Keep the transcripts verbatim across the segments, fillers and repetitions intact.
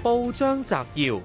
報章摘要：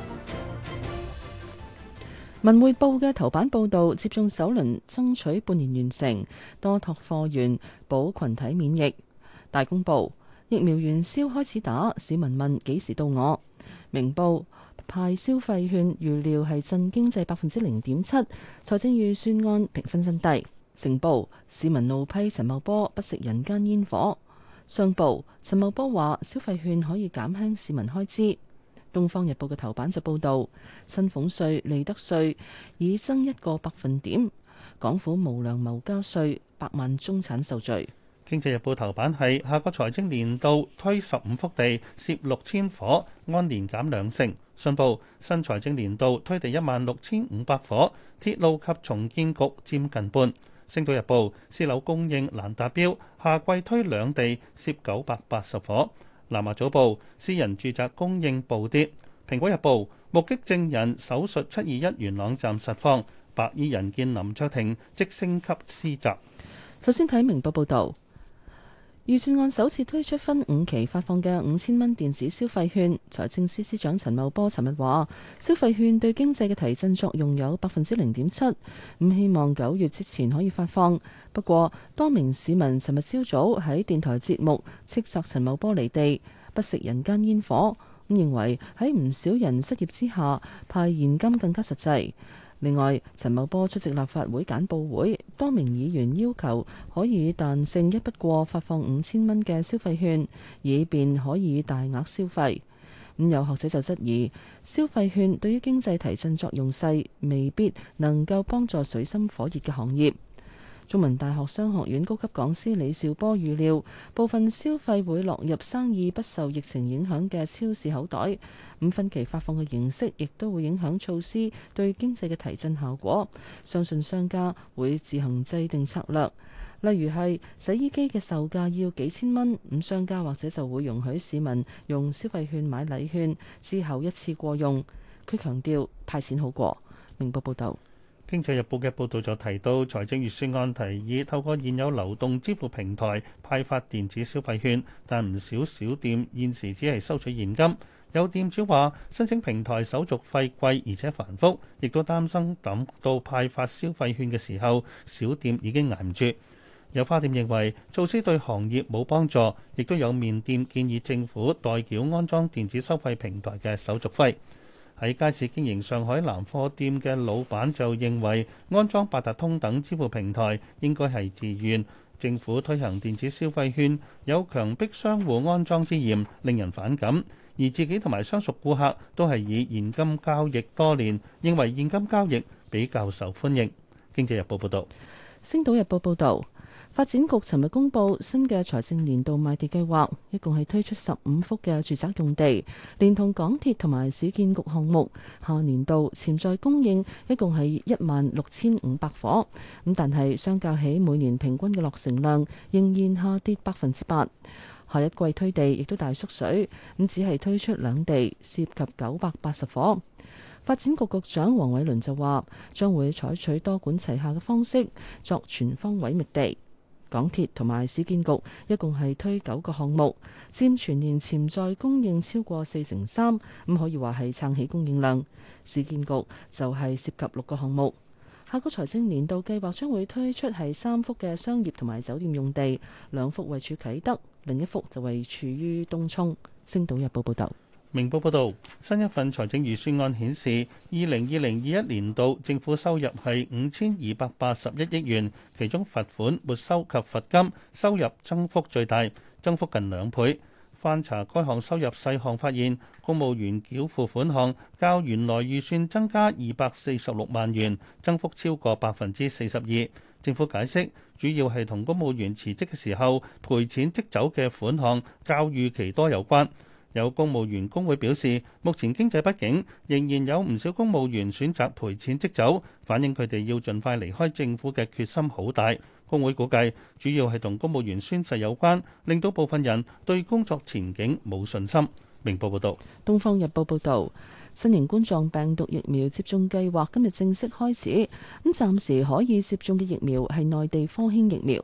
文匯報嘅頭版報道，接種首輪爭取半年完成，多託貨源保群體免疫。大公報疫苗元宵開始打，市民問幾時到我？明報派消費券預料係振經濟百分之零點七，財政預算案評分新低。成報市民怒批陳茂波不食人間煙火。商報陳茂波話消費券可以減輕市民開支。東方日報嘅頭版就報道，薪俸稅、利得稅已增一個百分點，港府無良謀交稅，百萬中產受罪。 經濟日報頭版係下個財政年度推十五幅地，涉六千伙，按年減兩成。信報新財政年度推地一萬六千五百伙，鐵路及重建局佔近半。星島日報私樓供應難達標，下季推兩地，涉九百八十伙。南華早報私人住宅供應暴跌。蘋果日報目擊證人手術七二一元朗站實況，白衣人見林卓廷即升級施襲。 首先睇明報報導。預算案首次推出分五期發放嘅五千蚊電子消費券，財政司司長陳茂波尋日話，消費券對經濟嘅提振作用有百分之零點七，咁希望九月之前可以發放。不過，多名市民尋日朝早喺電台節目斥責陳茂波離地，不食人間煙火，咁認為喺唔少人失業之下派現金更加實際。另外，陳茂波出席立法會簡報會，多名議員要求可以彈性一筆過發放五千蚊嘅消費券，以便可以大額消費。咁有學者就質疑，消費券對於經濟提振作用細，未必能夠幫助水深火熱嘅行業。中文大學商學院高級講師李兆波預料，部分消費會落入生意不受疫情影響嘅超市口袋。咁分期發放嘅形式亦都會影響措施對經濟嘅提振效果。相信商家會自行制定策略，例如係洗衣機嘅售價要幾千蚊，咁商家或者就會容許市民用消費券買禮券，之後一次過用。佢強調派錢好過。明報報導。 《經濟日報》嘅報導就提到，財政預算案提議透過現有流動支付平台派發電子消費券，但唔少小店現時只係收取現金。有店主話，申請平台手續費貴而且繁複，亦都擔心等到派發消費券嘅時候，小店已經捱唔住。有花店認為措施對行業冇幫助，亦都有麵店建議政府代繳安裝電子收費平台嘅手續費。喺街市經營上海南貨店嘅老闆就認為，安裝八達通等支付平台應該係自願，政府推行電子消費券有強迫商戶安裝之嫌，令人反感。而自己同埋相熟顧客都係以現金交易多年，認為現金交易比較受歡迎。經濟日報報導。 星島日報報導。發展局尋日公布新嘅財政年度賣地計劃，一共係推出十五幅嘅住宅用地，連同港鐵同埋市建局項目，下年度潛在供應一共係一萬六千五百伙。咁但係相較起每年平均嘅落成量，仍然下跌百分之八。下一季推地亦都大縮水，咁只係推出兩地，涉及九百八十伙。發展局局長黃偉綸就話，將會採取多管齊下嘅方式，作全方位覓地。港鐵同埋市建局一共係推九個項目，佔全年潛在供應超過四成三，咁可以話係撐起供應量。市建局就係涉及六個項目。下個財政年度計劃將會推出係三幅嘅商業同埋酒店用地，兩幅位處啟德，另一幅就位處於東涌。星島日報報道。 明報報導，新一份財政預算案顯示，二零二零二一年度政府收入係五千二百八十一億元，其中罰款、沒收及罰金收入增幅最大，增幅近兩倍。翻查該項收入細項發現，公務員繳付款項較原來預算增加二百四十六萬元，增幅超過百分之四十二。政府解釋，主要係同公務員辭職嘅時候賠錢即走嘅款項較預期多有關。有公務員工會表示，目前經濟不景，仍然有唔少公務員選擇賠錢即走，反映佢哋要盡快離開政府嘅決心好大。工會估計，主要係同公務員宣誓有關，令到部分人對工作前景冇信心。明報報道。 東方日報報道，新型冠狀病毒疫苗接種計劃今日正式開始，咁暫時可以接種嘅疫苗係內地科興疫苗。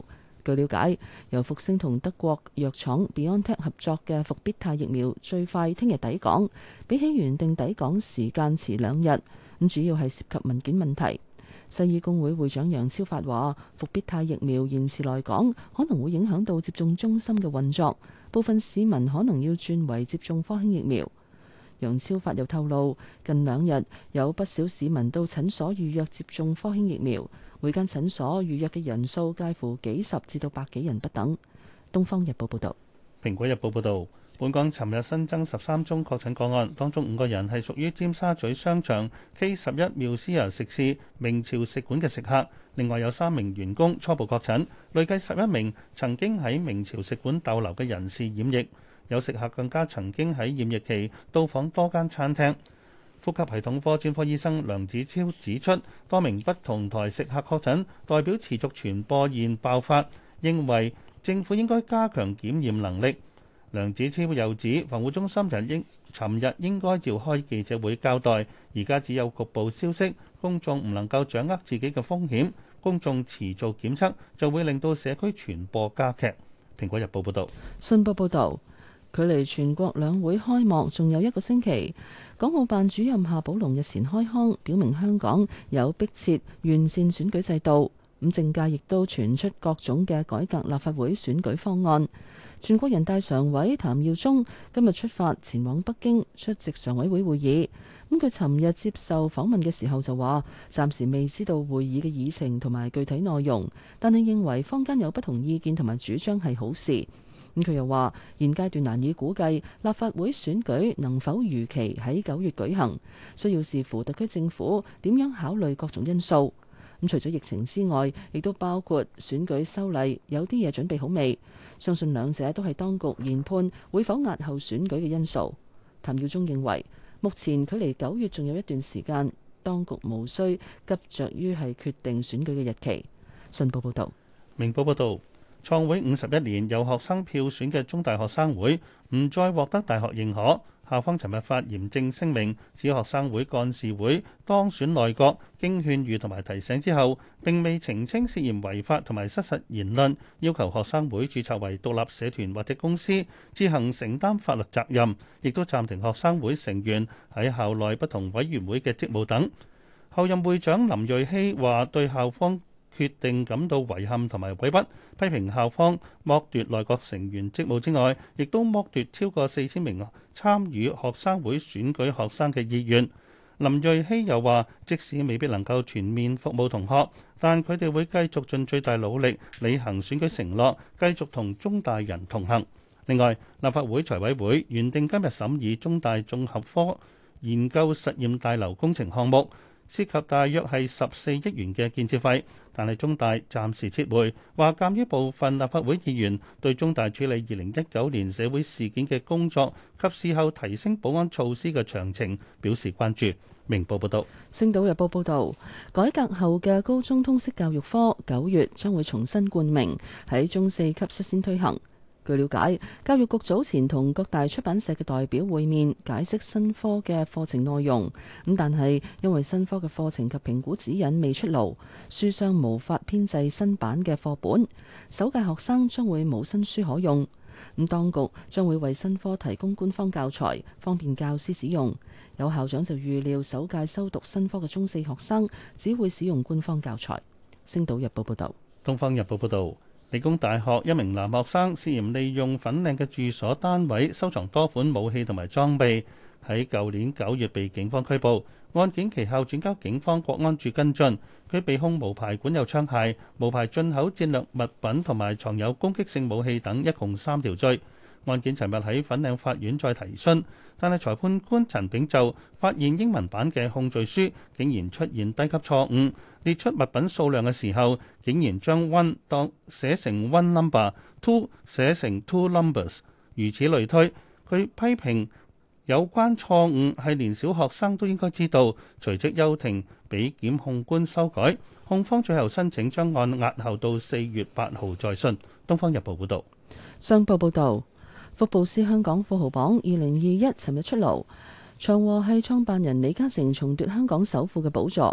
據了解，由復星同德國藥廠 BioNTech 合作嘅復必泰疫苗最快聽日抵港，比起原定抵港時間遲兩日。咁主要係涉及文件問題。西醫工會會長楊超發話，復必泰疫苗延遲來港，可能會影響到接種中心嘅運作，部分市民可能要轉為接種科興疫苗。楊超發又透露，近兩日有不少市民到診所預約接種科興疫苗，每間診所預約嘅人數介乎幾十至到百幾人不等。《東方日報》報道。 《蘋果日報》報導。本港尋日新增十三宗確診個案，當中五個人係屬於尖沙咀商場 K 十一妙思遊食肆明朝食館嘅食客，另外有三名員工初步確診，累計十一名曾經喺明朝食館逗留嘅人士染疫，有食客更加曾經喺染疫期到訪多間餐廳。呼吸系統科專科醫生梁子超指出，多名不同台食客確診，代表持續傳播現爆發，認為政府應該加強檢驗能力。梁子超又指，防護中心人應尋日應該召開記者會交代，而家只有局部消息，公眾唔能夠掌握自己嘅風險，公眾遲做檢測就會令到社區傳播加劇。蘋果日報報道。 信報報導，距離全國兩會開幕仲有一個星期，港澳辦主任夏寶龍日前開腔，表明香港有迫切完善選舉制度。咁政界亦都傳出各種嘅改革立法會選舉方案。全國人大常委譚耀宗今日出發前往北京出席常委會會議。咁佢尋日接受訪問嘅時候就話，暫時未知道會議嘅議程同埋具體內容，但係認為坊間有不同意見同埋主張係好事。咁佢又話，現階段難以估計立法會選舉能否如期喺九月舉行，需要視乎特區政府點樣考慮各種因素。咁除咗疫情之外，亦都包括選舉修例，有啲嘢準備好未？相信兩者都係當局研判會否押後選舉嘅因素。譚耀宗認為，目前距離九月仲有一段時間，當局無需急着於係決定選舉嘅日期。信報報導。 明報報導，創會五十一年由學生票選嘅中大學生會唔再獲得大學認可。校方尋日發嚴正聲明，指學生會幹事會當選內閣，經勸喻同埋提醒之後，並未澄清涉嫌違法同埋失實言論，要求學生會註冊為獨立社團或者公司，自行承擔法律責任，亦都暫停學生會成員喺校內不同委員會嘅職務等。後任會長林瑞熙話對校方決定感到遺憾同埋委屈，批評校方剝奪內閣成員職務之外，亦都剝奪超過四千名參與學生會選舉學生嘅意願。林瑞熙又話，即使未必能夠全面服務同學，但佢哋會繼續盡最大努力履行選舉承諾，繼續同中大人同行。另外，立法會財委會原定今日審議中大綜合科研究實驗大樓工程項目，涉及大約係十四億元嘅建設費，但係中大暫時撤回，話鑑於部分立法會議員對中大處理二零一九年社會事件嘅工作及事後提升保安措施嘅詳情表示關注。明報報道。 星島日報報導，改革後嘅高中通識教育科九月將會重新冠名，喺中四級率先推行。據了解，教育局早前同各大出版社嘅代表會面，解釋新科嘅課程內容。咁但係因為新科嘅課程及評估指引未出爐，書商無法編製新版嘅課本，首屆學生將會冇新書可用。咁當局將會為新科提供官方教材，方便教師使用。有校長就預料，首屆修讀新科嘅中四學生只會使用官方教材。星島日報報道。 東方日報報道。理工大學一名男學生涉嫌利用粉嶺嘅住所單位收藏多款武器同埋裝備，喺舊年九月被警方拘捕。案件其後轉交警方國安處跟進，佢被控無牌管有槍械、無牌進口戰略物品同埋藏有攻擊性武器等，一共三條罪。案件尋日喺粉嶺法院再提訊，但係裁判官陳炳就發現英文版嘅控罪書竟然出現低級錯誤，列出物品數量嘅時候，竟然將 one 當寫成 one number，two 寫成 two numbers，如此類推。佢批評有關錯誤係連小學生都應該知道，隨即休庭，俾檢控官修改。控方最後申請將案押後到四月八號再訊。《東方日報》報導。 商報報導。福布斯香港富豪榜二零二一尋日出爐，長和系創辦人李嘉誠重奪香港首富嘅寶座。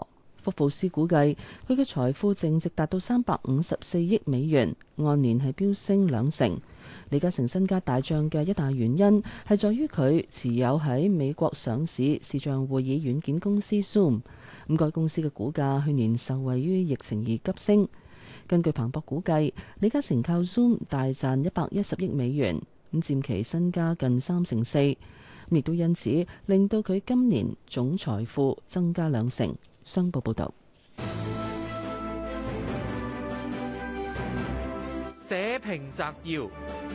福布斯估計佢嘅財富淨值達到三百五十四億美元，按年係飆升兩成。李嘉誠身家大漲嘅一大原因係在於佢持有喺美國上市視像會議軟件公司 Zoom， 咁該公司嘅股價去年受惠於疫情而急升。根據彭博估計，李嘉誠靠 Zoom 大賺一百一十億美元，咁佔其身家近三成四，亦都因此令到佢今年總財富增加兩成。商報報導。 社評摘要：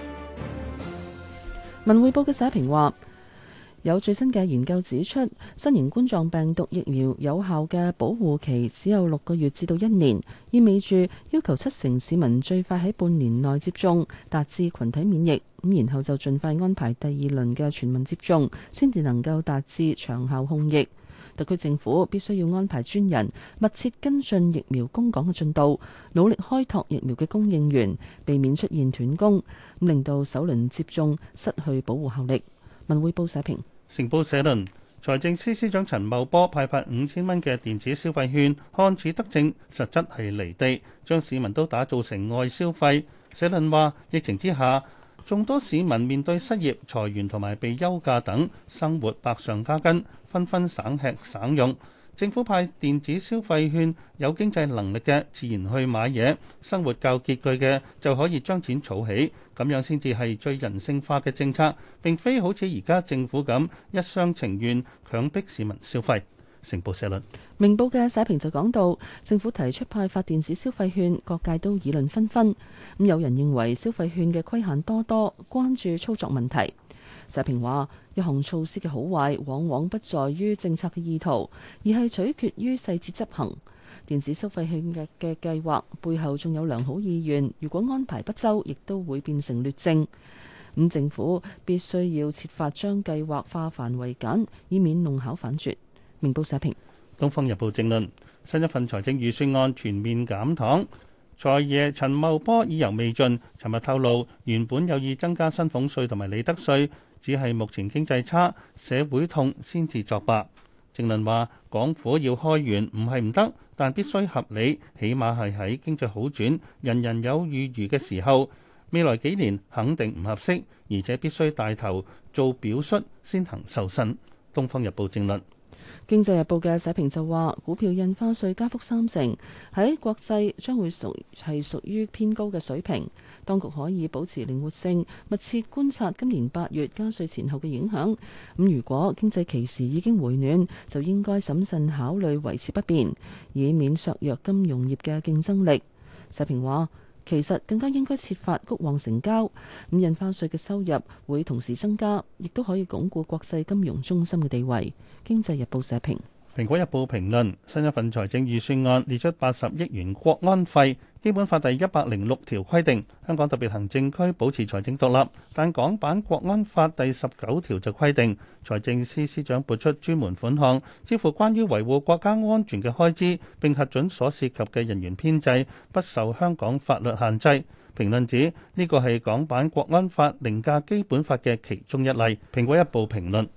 文匯報嘅社評話，有最新嘅研究指出，新型冠狀病毒疫苗有效嘅保護期只有六個月至到一年，意味住要求七成市民最快喺半年內接種，達至群體免疫，咁然後就盡快安排第二輪嘅全民接種，先至能夠達至長效控疫。特區政府必須要安排專人密切跟進疫苗供港嘅進度，努力開拓疫苗嘅供應源，避免出現斷供，咁令到首輪接種失去保護效力。文匯報社評。 成報社論：財政司司長陳茂波派發五千蚊嘅電子消費券，看似德政，實質係離地，將市民都打造成愛消費。社論話：疫情之下，眾多市民面對失業、裁員同埋被休假等，生活百上加斤，紛紛省吃省用。政府派電子消費券，有經濟能力嘅自然去買嘢，生活較拮據嘅就可以將錢儲起，咁樣先至係最人性化嘅政策，並非好似而家政府咁一廂情願強迫市民消費。成報社論。 明報嘅社評就講到，政府提出派發電子消費券，各界都議論紛紛。咁有人認為消費券嘅規限多多，關注操作問題。社評話，一項措施嘅好壞，往往不在於政策嘅意圖，而係取決於細節執行。電子消費券嘅嘅計劃背後仲有良好意願，如果安排不周，亦都會變成劣政。咁政府必須要設法將計劃化繁為簡，以免弄巧反拙。明報社評。《 東方日報》正論：新一份財政預算案全面減糖，財爺陳茂波意猶未盡。尋日透露，原本有意增加薪俸稅同埋利得稅，只係目前經濟差、社會痛先至作罷。正論話，港府要開源唔係唔得，但必須合理，起碼係喺經濟好轉、人人有餘裕嘅時候。未來幾年肯定唔合適，而且必須帶頭做表率先行受薪。《東方日報》正論。 經濟日報嘅社評就話，股票印花稅加幅三成，喺國際將會屬係屬於偏高嘅水平。當局可以保持靈活性，密切觀察今年八月加稅前後嘅影響。咁如果經濟期時已經回暖，就應該審慎考慮維持不變，以免削弱金融業嘅競爭力。社評話，其實更加應該設法谷旺成交，咁印花稅嘅收入會同時增加，亦都可以鞏固國際金融中心嘅地位。經濟日報社評。 蘋果日報評論：新一份財政預算案列出八十億元國安費。基本法第一百零六條規定，香港特別行政區保持財政獨立，但港版國安法第十九條就規定，財政司司長撥出專門款項，支付關於維護國家安全嘅開支，並核准所涉及嘅人員編制，不受香港法律限制。評論指呢個係港版國安法凌駕基本法嘅其中一例。蘋果日報評論。